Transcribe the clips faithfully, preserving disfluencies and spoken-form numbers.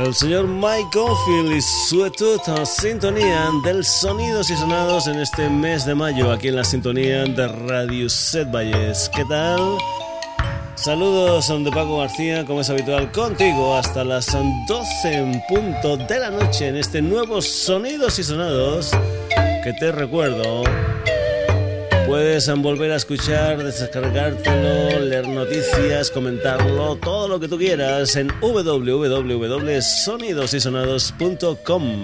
El señor Mike Oldfield y su etuto sintonía del Sonidos y Sonados en este mes de mayo, aquí en la sintonía de Radio Set Valles. ¿Qué tal? Saludos de Paco García, como es habitual, contigo hasta las doce en punto de la noche en este nuevo Sonidos y Sonados que te recuerdo. Puedes volver a escuchar, descargártelo, leer noticias, comentarlo, todo lo que tú quieras en doble u doble u doble u punto sonidos y sonados punto com.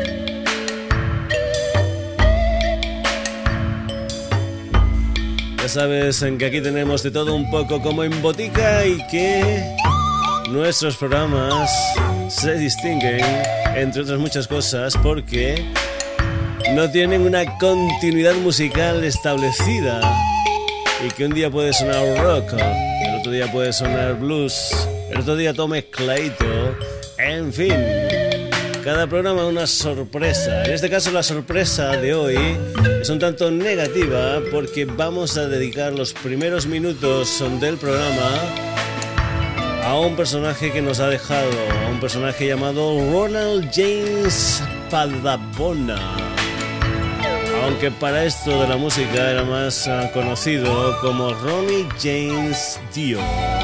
Ya sabes que aquí tenemos de todo un poco como en botica y que nuestros programas se distinguen, entre otras muchas cosas, porque no tienen una continuidad musical establecida y que un día puede sonar rock, el otro día puede sonar blues, el otro día todo mezcladito, en fin, cada programa una sorpresa. En este caso la sorpresa de hoy es un tanto negativa porque vamos a dedicar los primeros minutos del programa a un personaje que nos ha dejado, a un personaje llamado Ronald James Padabona. Aunque para esto de la música era más uh, conocido como Ronnie James Dio.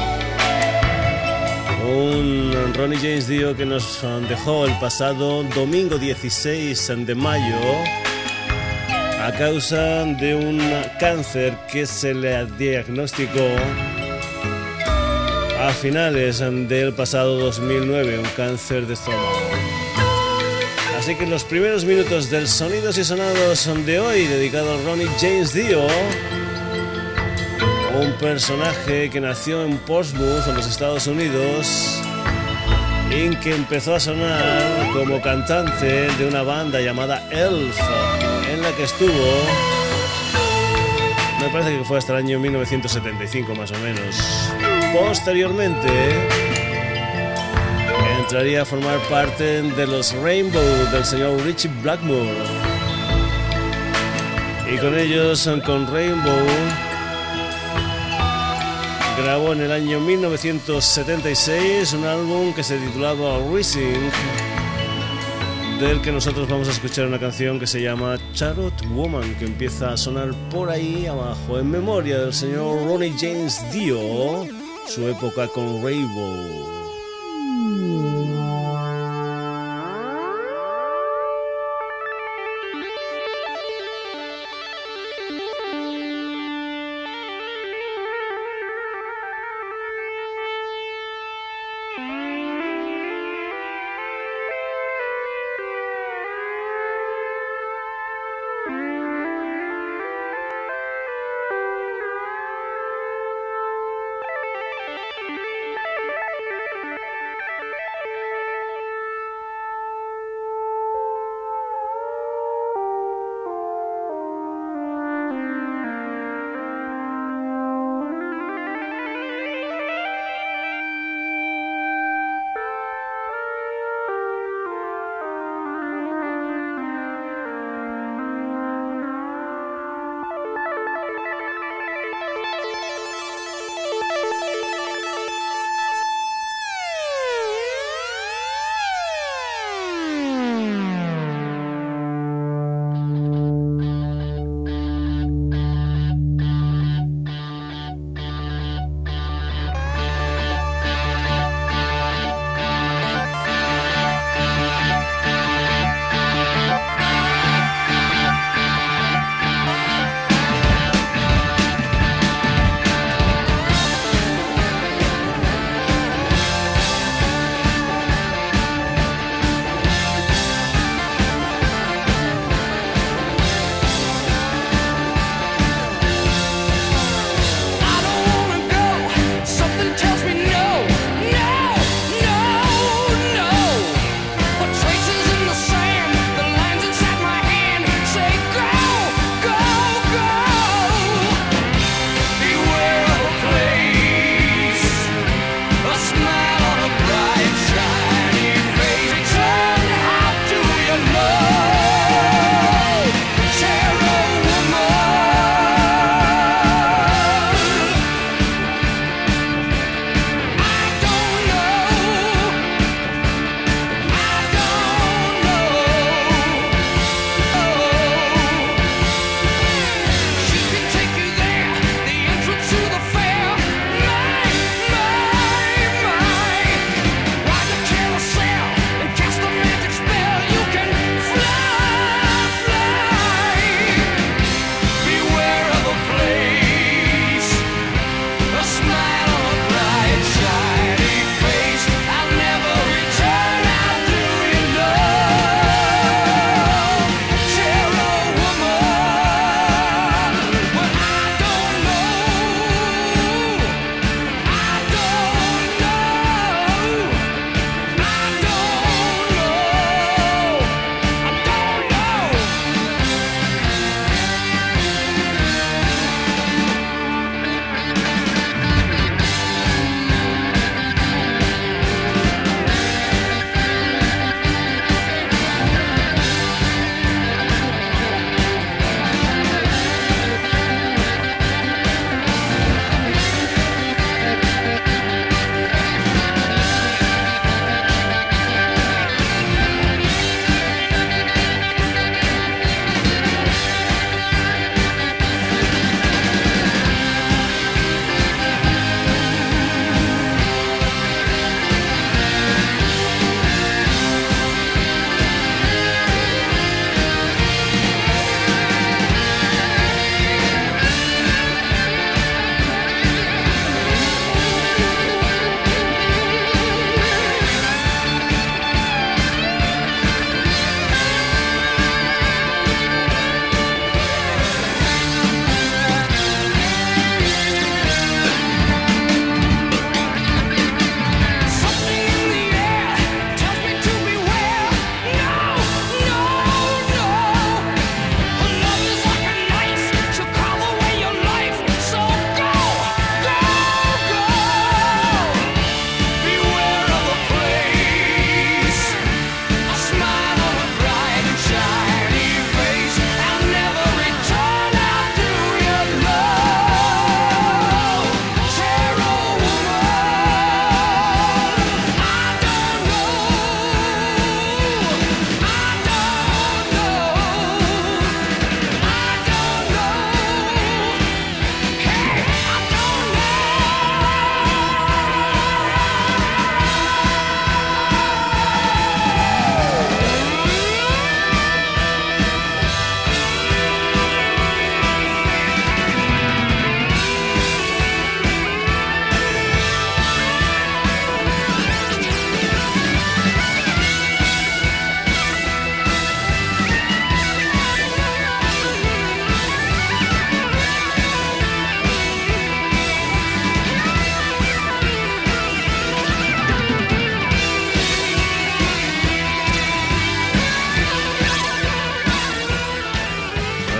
Un Ronnie James Dio que nos uh, dejó el pasado domingo dieciséis de mayo a causa de un cáncer que se le diagnosticó a finales del pasado dos mil nueve, un cáncer de estómago. Así que en los primeros minutos del Sonidos y Sonados de hoy, dedicado a Ronnie James Dio, un personaje que nació en Portsmouth, en los Estados Unidos, y que empezó a sonar como cantante de una banda llamada Elf, en la que estuvo, me parece que fue hasta el año mil novecientos setenta y cinco más o menos. Posteriormente entraría a formar parte de los Rainbow del señor Ritchie Blackmore, y con ellos, con Rainbow, grabó en el año mil novecientos setenta y seis un álbum que se titulaba Rising, del que nosotros vamos a escuchar una canción que se llama Charlotte Woman, que empieza a sonar por ahí abajo, en memoria del señor Ronnie James Dio, su época con Rainbow.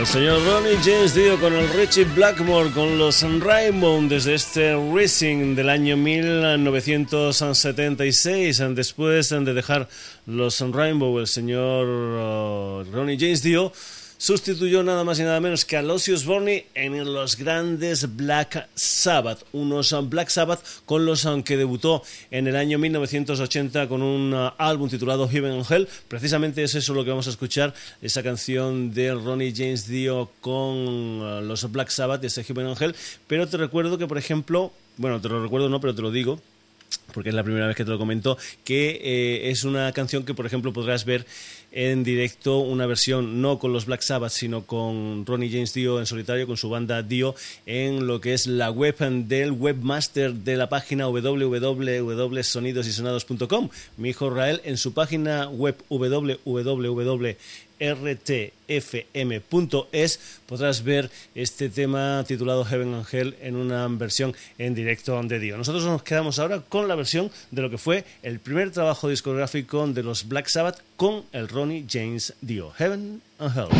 El señor Ronnie James Dio con el Richie Blackmore, con los Rainbow, desde este Rising del año mil novecientos setenta y seis. Después de dejar los Rainbow, el señor uh, Ronnie James Dio sustituyó nada más y nada menos que a Ozzy Osbourne en los grandes Black Sabbath, unos Black Sabbath con los que debutó en el año mil novecientos ochenta con un uh, álbum titulado Heaven and Hell. Precisamente es eso lo que vamos a escuchar, esa canción de Ronnie James Dio con uh, los Black Sabbath, ese Heaven and Hell. Pero te recuerdo que, por ejemplo, bueno, te lo recuerdo no, pero te lo digo, porque es la primera vez que te lo comento, que eh, es una canción que, por ejemplo, podrás ver en directo, una versión no con los Black Sabbath, sino con Ronnie James Dio en solitario, con su banda Dio, en lo que es la web del webmaster de la página doble u doble u doble u doble punto sonidos y sonados punto com. Mi hijo Rael, en su página web doble u doble u doble u punto r t f m punto es podrás ver este tema titulado Heaven and Hell en una versión en directo de Dio. Nosotros nos quedamos ahora con la versión de lo que fue el primer trabajo discográfico de los Black Sabbath con el Ronnie James Dio, Heaven and Hell.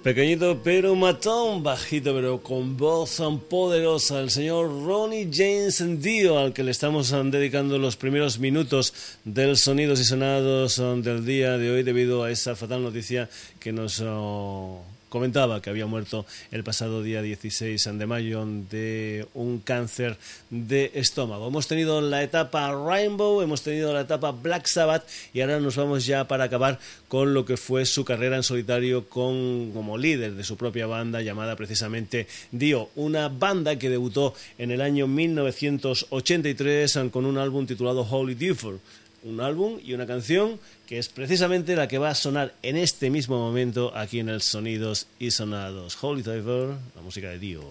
Pequeñito pero matón, bajito pero con voz tan poderosa, el señor Ronnie James Dio, al que le estamos dedicando los primeros minutos del Sonidos y Sonados del día de hoy debido a esa fatal noticia que nos oh, comentaba que había muerto el pasado día dieciséis de mayo de un cáncer de estómago. Hemos tenido la etapa Rainbow, hemos tenido la etapa Black Sabbath y ahora nos vamos ya para acabar con lo que fue su carrera en solitario con, como líder de su propia banda llamada precisamente Dio, una banda que debutó en el año mil novecientos ochenta y tres con un álbum titulado Holy Diver, un álbum y una canción que es precisamente la que va a sonar en este mismo momento aquí en el Sonidos y Sonados. Holy Diver, la música de Dio.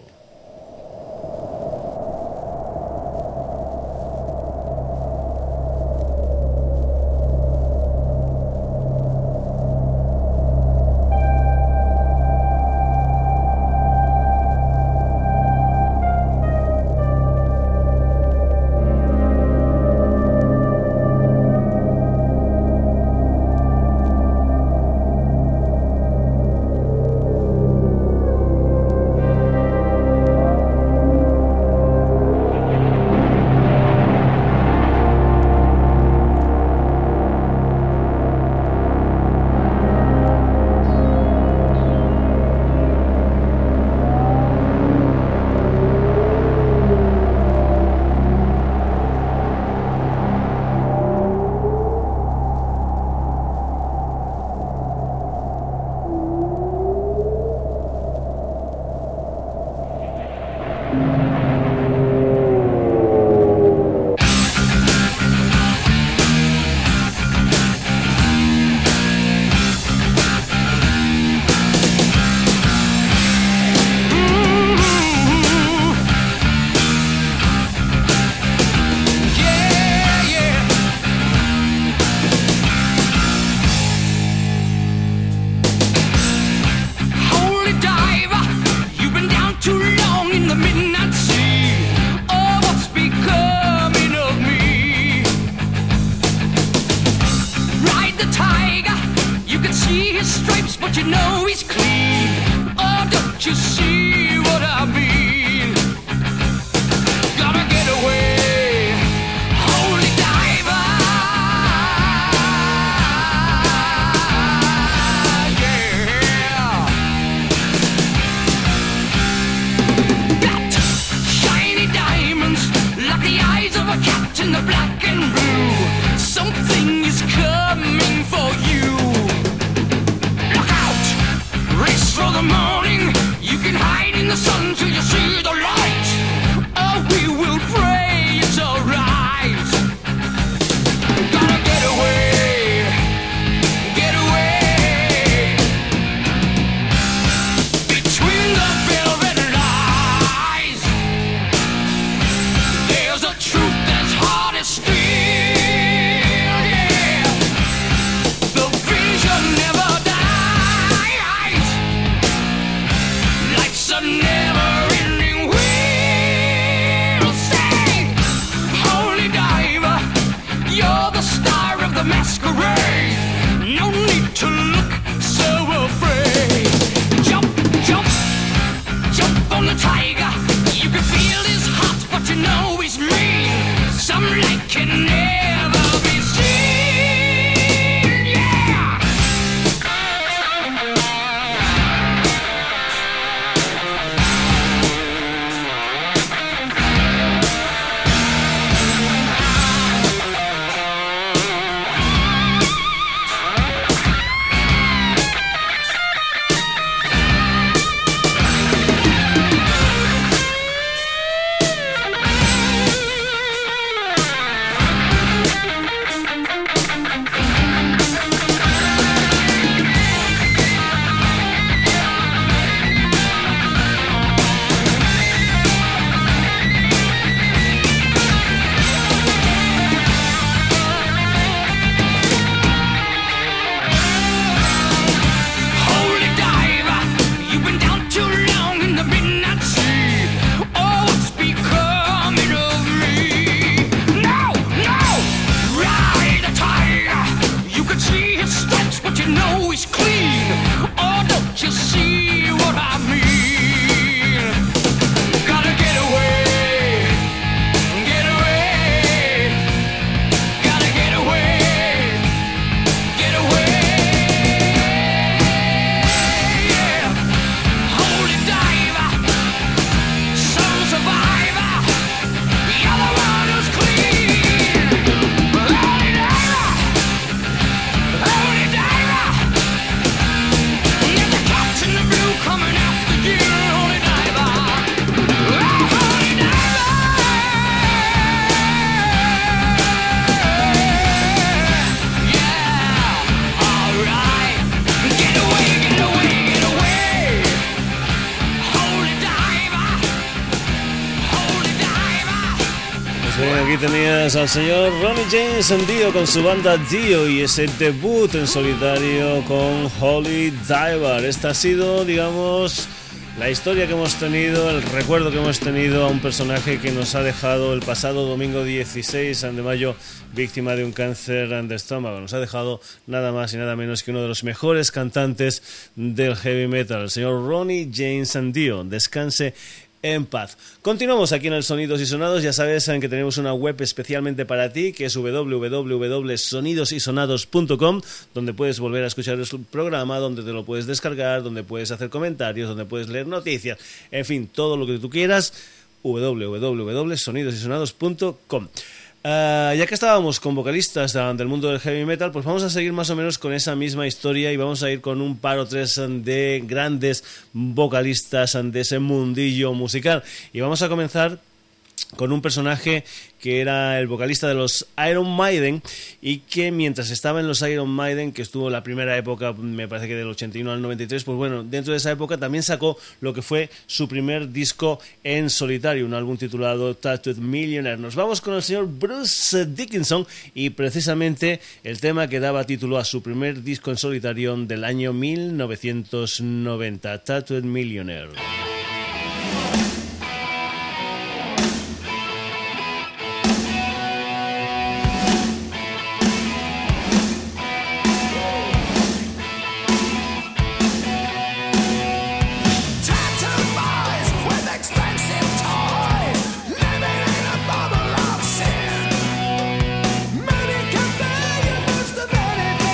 Aquí tenías al señor Ronnie James Dio con su banda Dio y ese debut en solitario con Holy Diver. Esta ha sido, digamos, la historia que hemos tenido, el recuerdo que hemos tenido a un personaje que nos ha dejado el pasado domingo dieciséis de mayo víctima de un cáncer de estómago. Nos ha dejado nada más y nada menos que uno de los mejores cantantes del heavy metal, el señor Ronnie James Dio. Descanse en paz. Continuamos aquí en el Sonidos y Sonados. Ya sabes que tenemos una web especialmente para ti, que es doble u doble u doble u punto sonidos y sonados punto com, donde puedes volver a escuchar el programa, donde te lo puedes descargar, donde puedes hacer comentarios, donde puedes leer noticias, en fin, todo lo que tú quieras. doble u doble u doble u punto sonidos y sonados punto com. Uh, ya que estábamos con vocalistas uh, del mundo del heavy metal, pues vamos a seguir más o menos con esa misma historia y vamos a ir con un par o tres de grandes vocalistas de ese mundillo musical. Y vamos a comenzar con un personaje que era el vocalista de los Iron Maiden y que mientras estaba en los Iron Maiden, que estuvo en la primera época, me parece que del ochenta y uno al noventa y tres, pues bueno, dentro de esa época también sacó lo que fue su primer disco en solitario, un álbum titulado Tattooed Millionaire. Nos vamos con el señor Bruce Dickinson y precisamente el tema que daba título a su primer disco en solitario del año mil novecientos noventa, Tattooed Millionaire.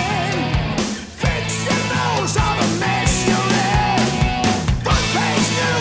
Face news.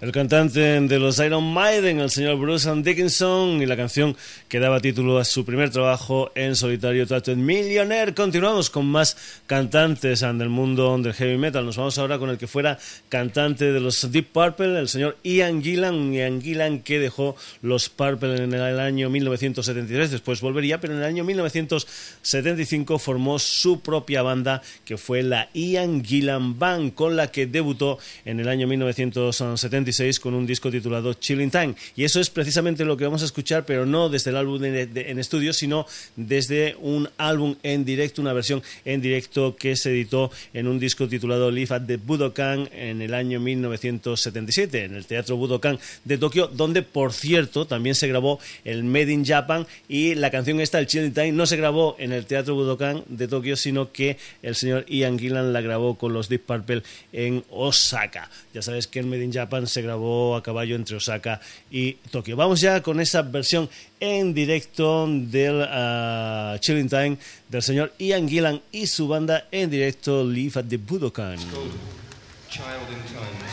El cantante de los Iron Maiden, el señor Bruce Dickinson, y la canción que daba título a su primer trabajo en solitario, Tattooed Millionaire. Continuamos con más cantantes del mundo del heavy metal. Nos vamos ahora con el que fuera cantante de los Deep Purple, el señor Ian Gillan. Ian Gillan, que dejó los Purple en el año mil novecientos setenta y tres, después volvería, pero en el año mil novecientos setenta y cinco formó su propia banda, que fue la Ian Gillan Band, con la que debutó en el año mil novecientos setenta y seis con un disco titulado Chilling Time. Y eso es precisamente lo que vamos a escuchar, pero no desde el álbum de, de, en estudio, sino desde un álbum en directo, una versión en directo que se editó en un disco titulado Live at the Budokan en el año mil novecientos setenta y siete, en el Teatro Budokan de Tokio, donde, por cierto, también se grabó el Made in Japan, y la canción esta, el Chilling Time, no se grabó en el Teatro Budokan de Tokio, sino que el señor Ian Gillan la grabó con los Deep Purple en Osaka. Ya sabes que el Made in Japan se grabó a caballo entre Osaka y Tokio. Vamos ya con esa versión en directo del uh, Chilling Time del señor Ian Gillan y su banda en directo, Live at the Budokan. Child in Time.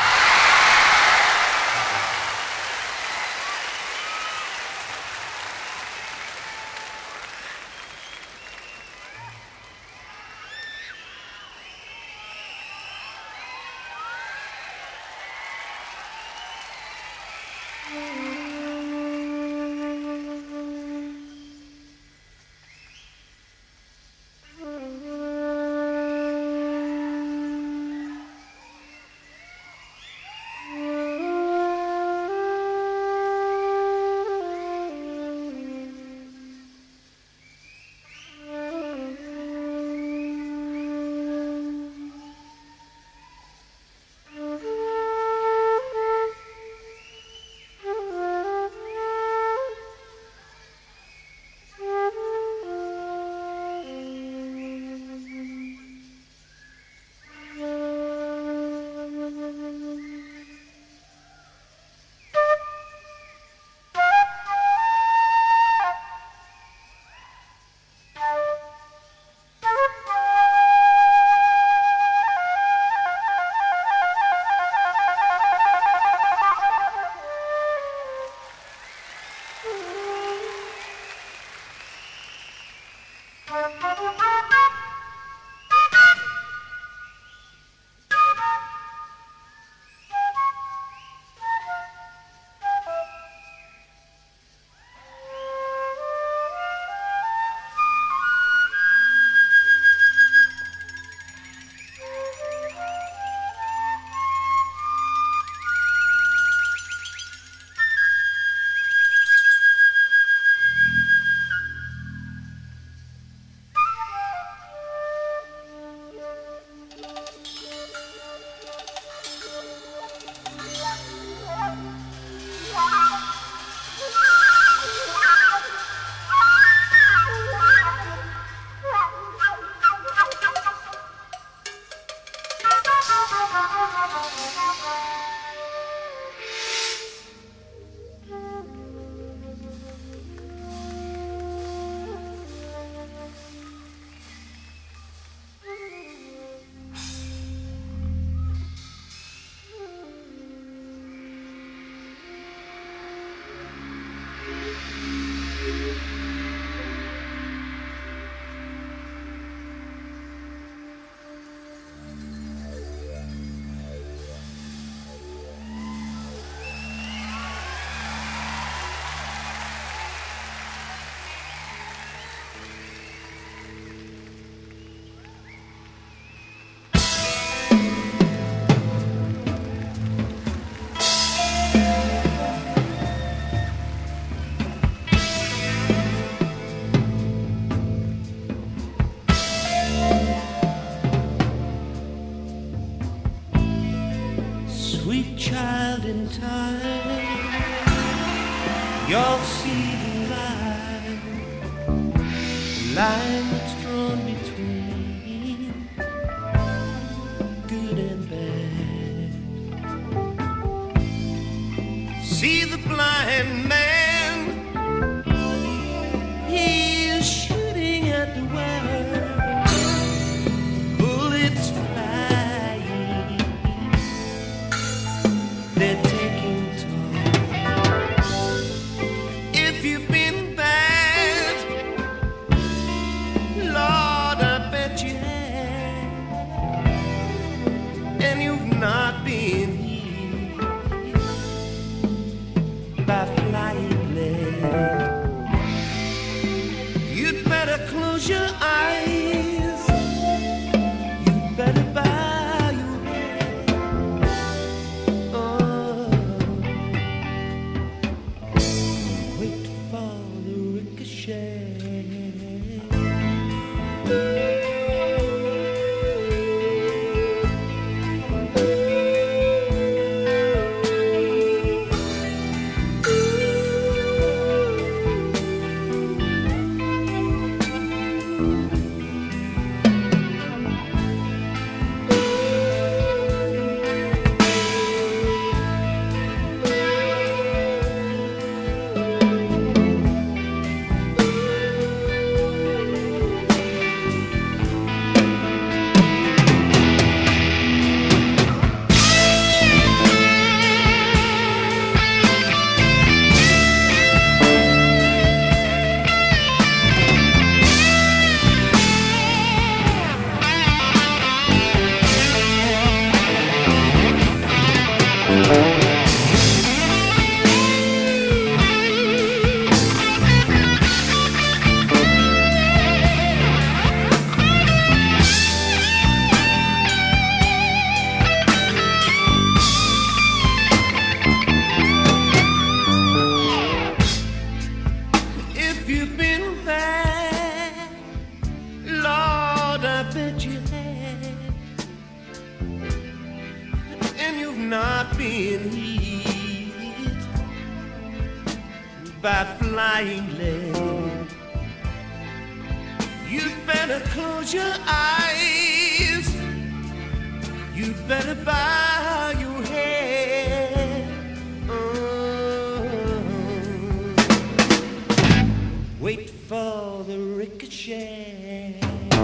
You'll see the line, the line that's drawn between good and bad. See the blind man, he's shooting at the world, bullets flying, they're and you've not been hit by flying lead, you'd better close your eyes, you'd better bow your head. Oh. Wait for the ricochet.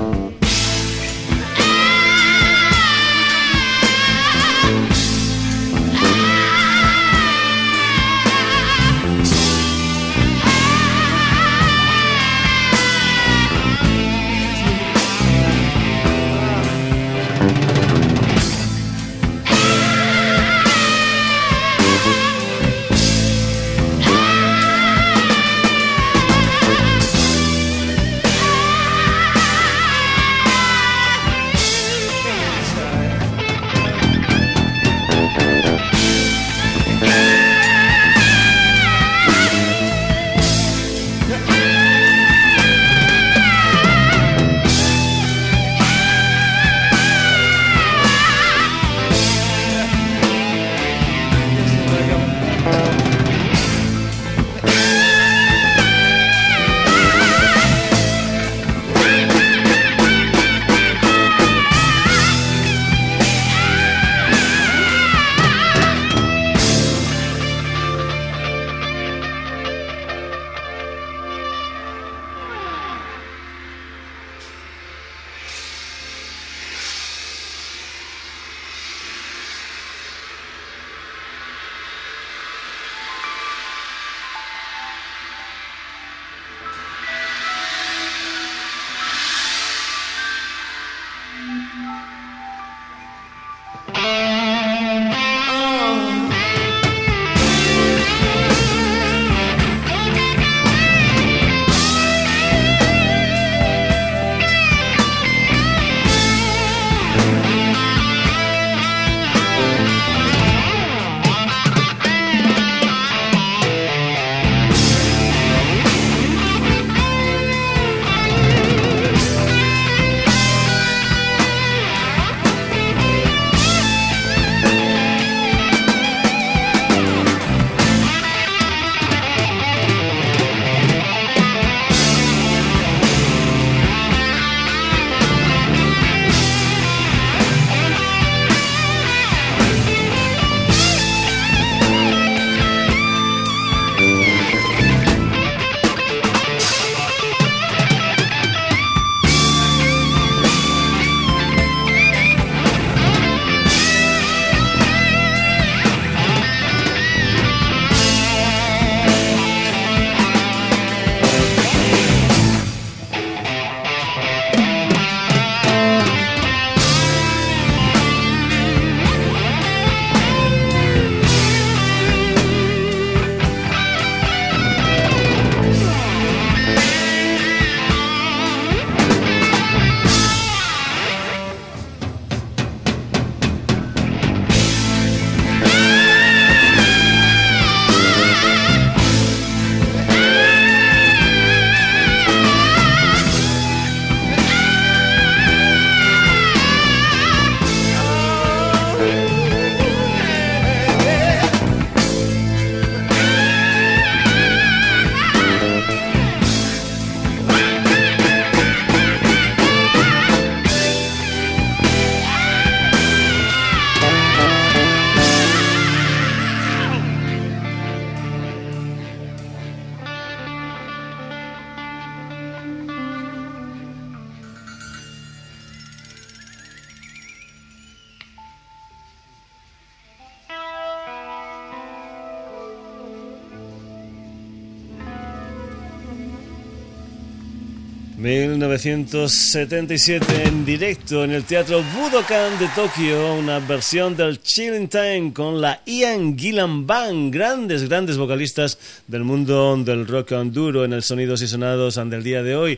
mil novecientos setenta y siete, en directo en el Teatro Budokan de Tokio, una versión del Chilling Time con la Ian Gillan Band, grandes, grandes vocalistas del mundo del rock and duro en el Sonidos y Sonados del día de hoy.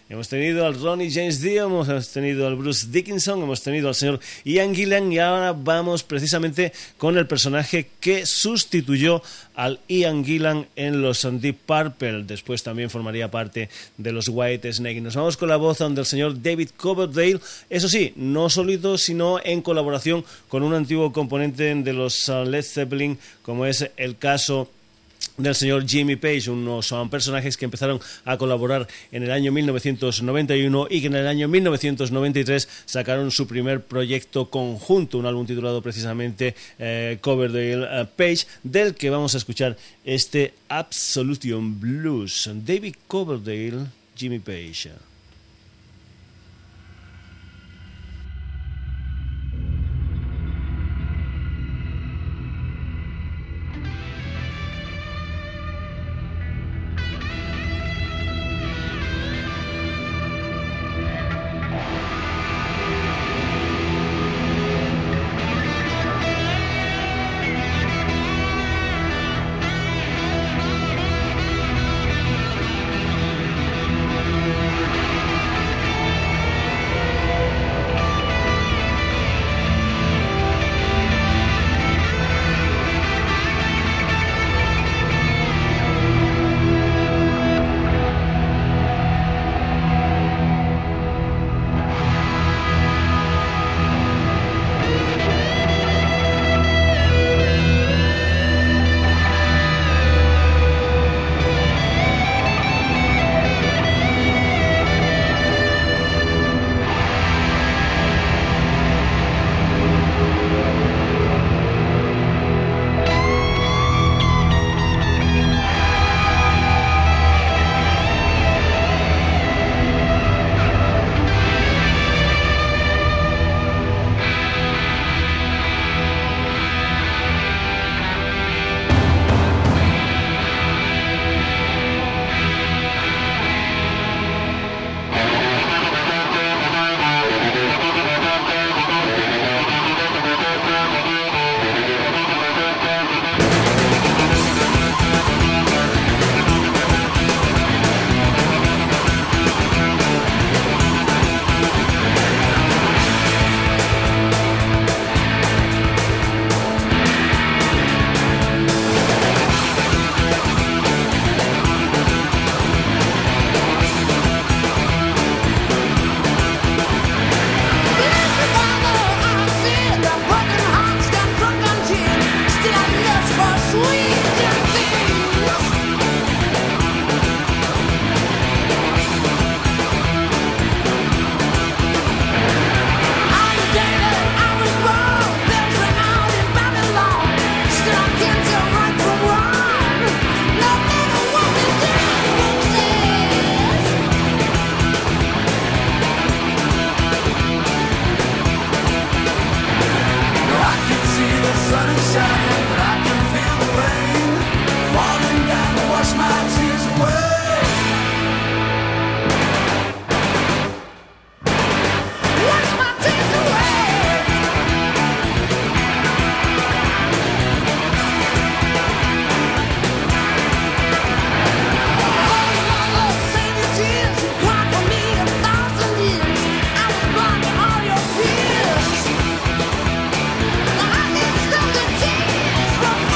hemos tenido al Ronnie James Dio, hemos tenido al Bruce Dickinson, hemos tenido al señor Ian Gillan y ahora vamos precisamente con el personaje que sustituyó al Ian Gillan en los Deep Purple. Después también formaría parte de los White Snake. Nos vamos con la voz del señor David Coverdale, eso sí, no solito, sino en colaboración con un antiguo componente de los Led Zeppelin, como es el caso del señor Jimmy Page, unos um, personajes que empezaron a colaborar en el año mil novecientos noventa y uno y que en el año mil novecientos noventa y tres sacaron su primer proyecto conjunto, un álbum titulado precisamente eh, Coverdale uh, Page, del que vamos a escuchar este Absolution Blues. David Coverdale, Jimmy Page. From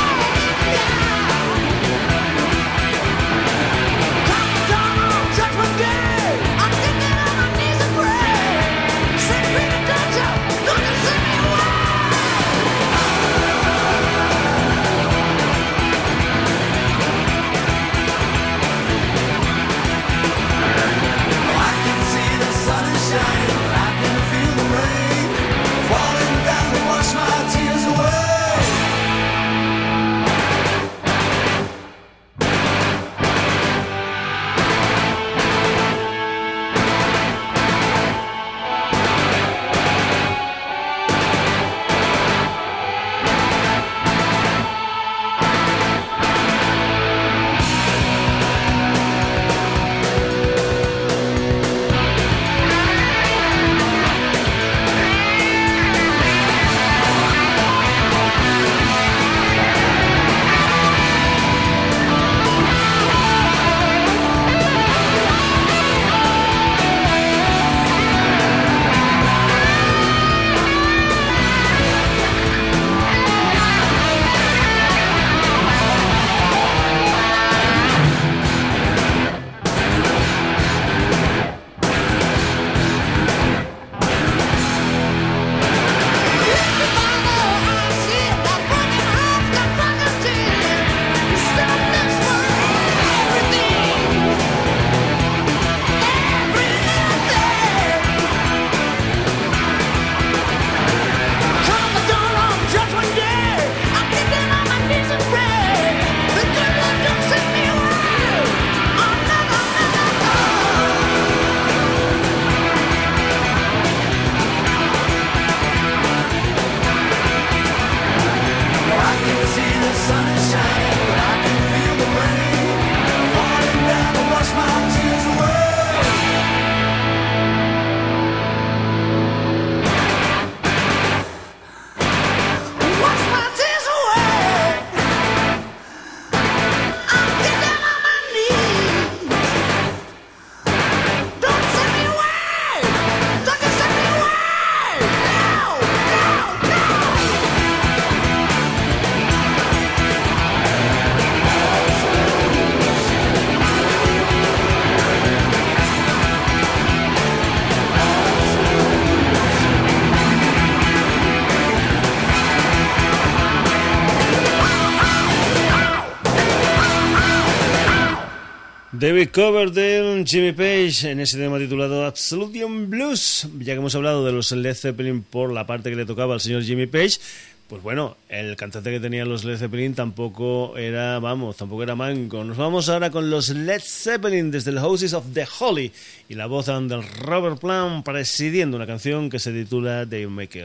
David Coverdale, Jimmy Page, en ese tema titulado Absolution Blues. Ya que hemos hablado de los Led Zeppelin por la parte que le tocaba al señor Jimmy Page, pues bueno, el cantante que tenían los Led Zeppelin tampoco era, vamos, tampoco era manco. Nos vamos ahora con los Led Zeppelin desde el Houses of the Holy y la voz del Robert Plant presidiendo una canción que se titula Dave Maker.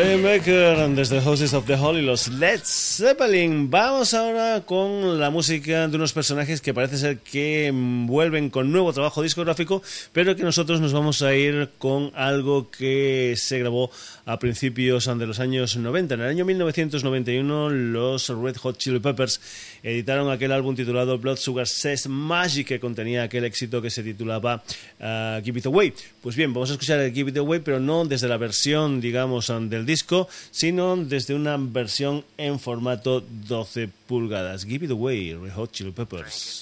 Brian Becker desde Houses of the Holy, los Led Zeppelin. Vamos ahora con la música de unos personajes que parece ser que vuelven con nuevo trabajo discográfico, pero que nosotros nos vamos a ir con algo que se grabó a principios de los años noventa. En el año mil novecientos noventa y uno los Red Hot Chili Peppers editaron aquel álbum titulado Blood Sugar Sex Magic, que contenía aquel éxito que se titulaba uh, Give It Away. Pues bien, vamos a escuchar el Give It Away, pero no desde la versión, digamos, del disco, sino desde una versión en formato doce pulgadas. Give It Away, Red Hot Chili Peppers.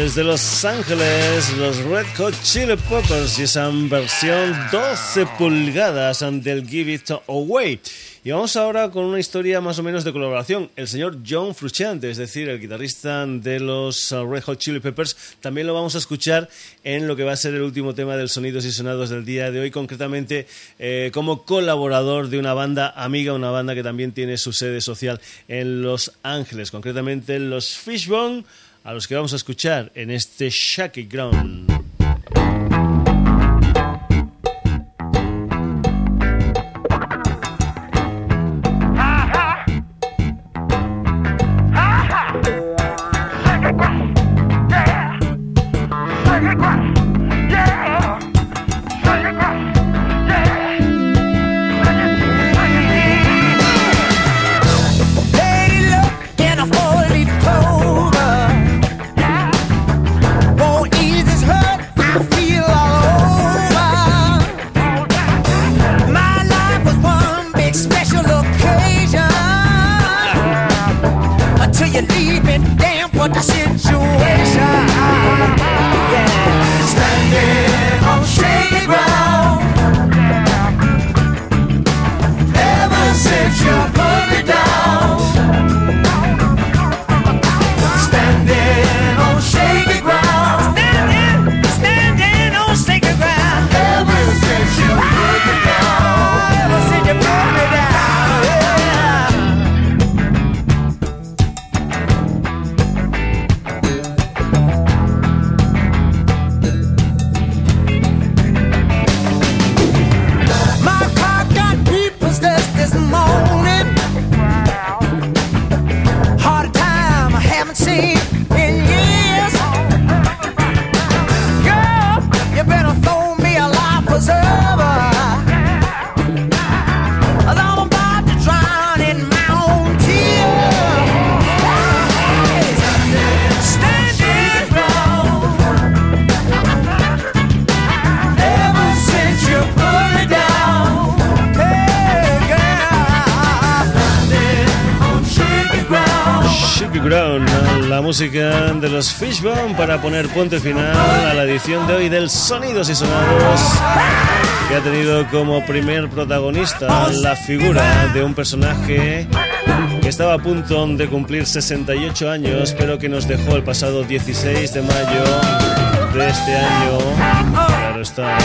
Desde Los Ángeles, los Red Hot Chili Peppers y esa versión doce pulgadas del Give It Away. Y vamos ahora con una historia más o menos de colaboración. El señor John Frusciante, es decir, el guitarrista de los Red Hot Chili Peppers, también lo vamos a escuchar en lo que va a ser el último tema del Sonidos y Sonados del día de hoy, concretamente eh, como colaborador de una banda amiga, una banda que también tiene su sede social en Los Ángeles, concretamente los Fishbone, a los que vamos a escuchar en este Shaky Ground. La música de los Fishbone para poner punto final a la edición de hoy del Sonidos y Sonados, que ha tenido como primer protagonista la figura de un personaje que estaba a punto de cumplir sesenta y ocho años, pero que nos dejó el pasado dieciséis de mayo de este año. Claro está,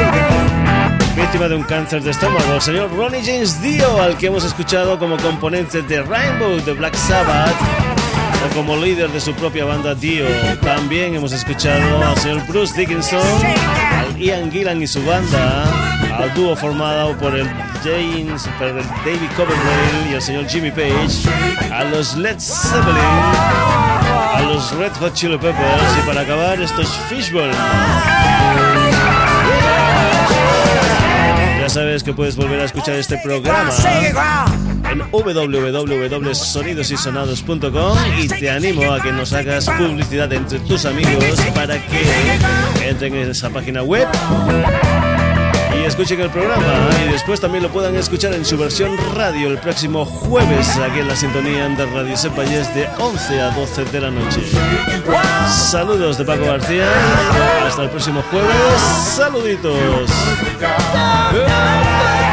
víctima de un cáncer de estómago, el señor Ronnie James Dio, al que hemos escuchado como componente de Rainbow de Black Sabbath, o como líder de su propia banda Dio. También hemos escuchado al señor Bruce Dickinson, al Ian Gillan y su banda, al dúo formado por el James, por el David Coverdale y el señor Jimmy Page, a los Led Zeppelin, a los Red Hot Chili Peppers y para acabar estos Fishbone. Ya sabes que puedes volver a escuchar este programa en w w w punto sonidos y sonados punto com y te animo a que nos hagas publicidad entre tus amigos para que entren en esa página web y escuchen el programa, y después también lo puedan escuchar en su versión radio el próximo jueves aquí en la sintonía de Radio Sepayés de once a doce de la noche. Saludos de Paco García, hasta el próximo jueves, saluditos.